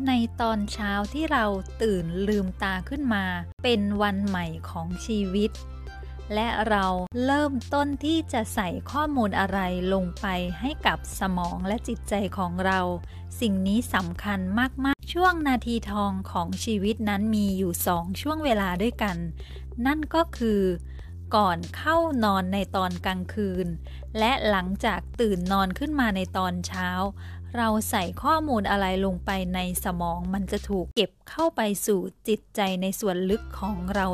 ในตอนเช้าที่เราตื่นลืมตาขึ้นมาเป็นวันใหม่ของชีวิตและเราเริ่มต้นที่จะใส่ข้อมูลอะไรลงไปให้กับสมองและจิตใจของเราสิ่งนี้สำคัญมากๆช่วงนาทีทองของชีวิตนั้นมีอยู่2ช่วงเวลาด้วยกันนั่นก็คือก่อนเข้านอนในตอนกลางคืนและหลังจากตื่นนอนขึ้นมาในตอนเช้าเราใส่ข้อมูลอะไรลงไปในสมองมันจะถูกเก็บเข้าไปสู่จิตใจในส่วนลึกของเรา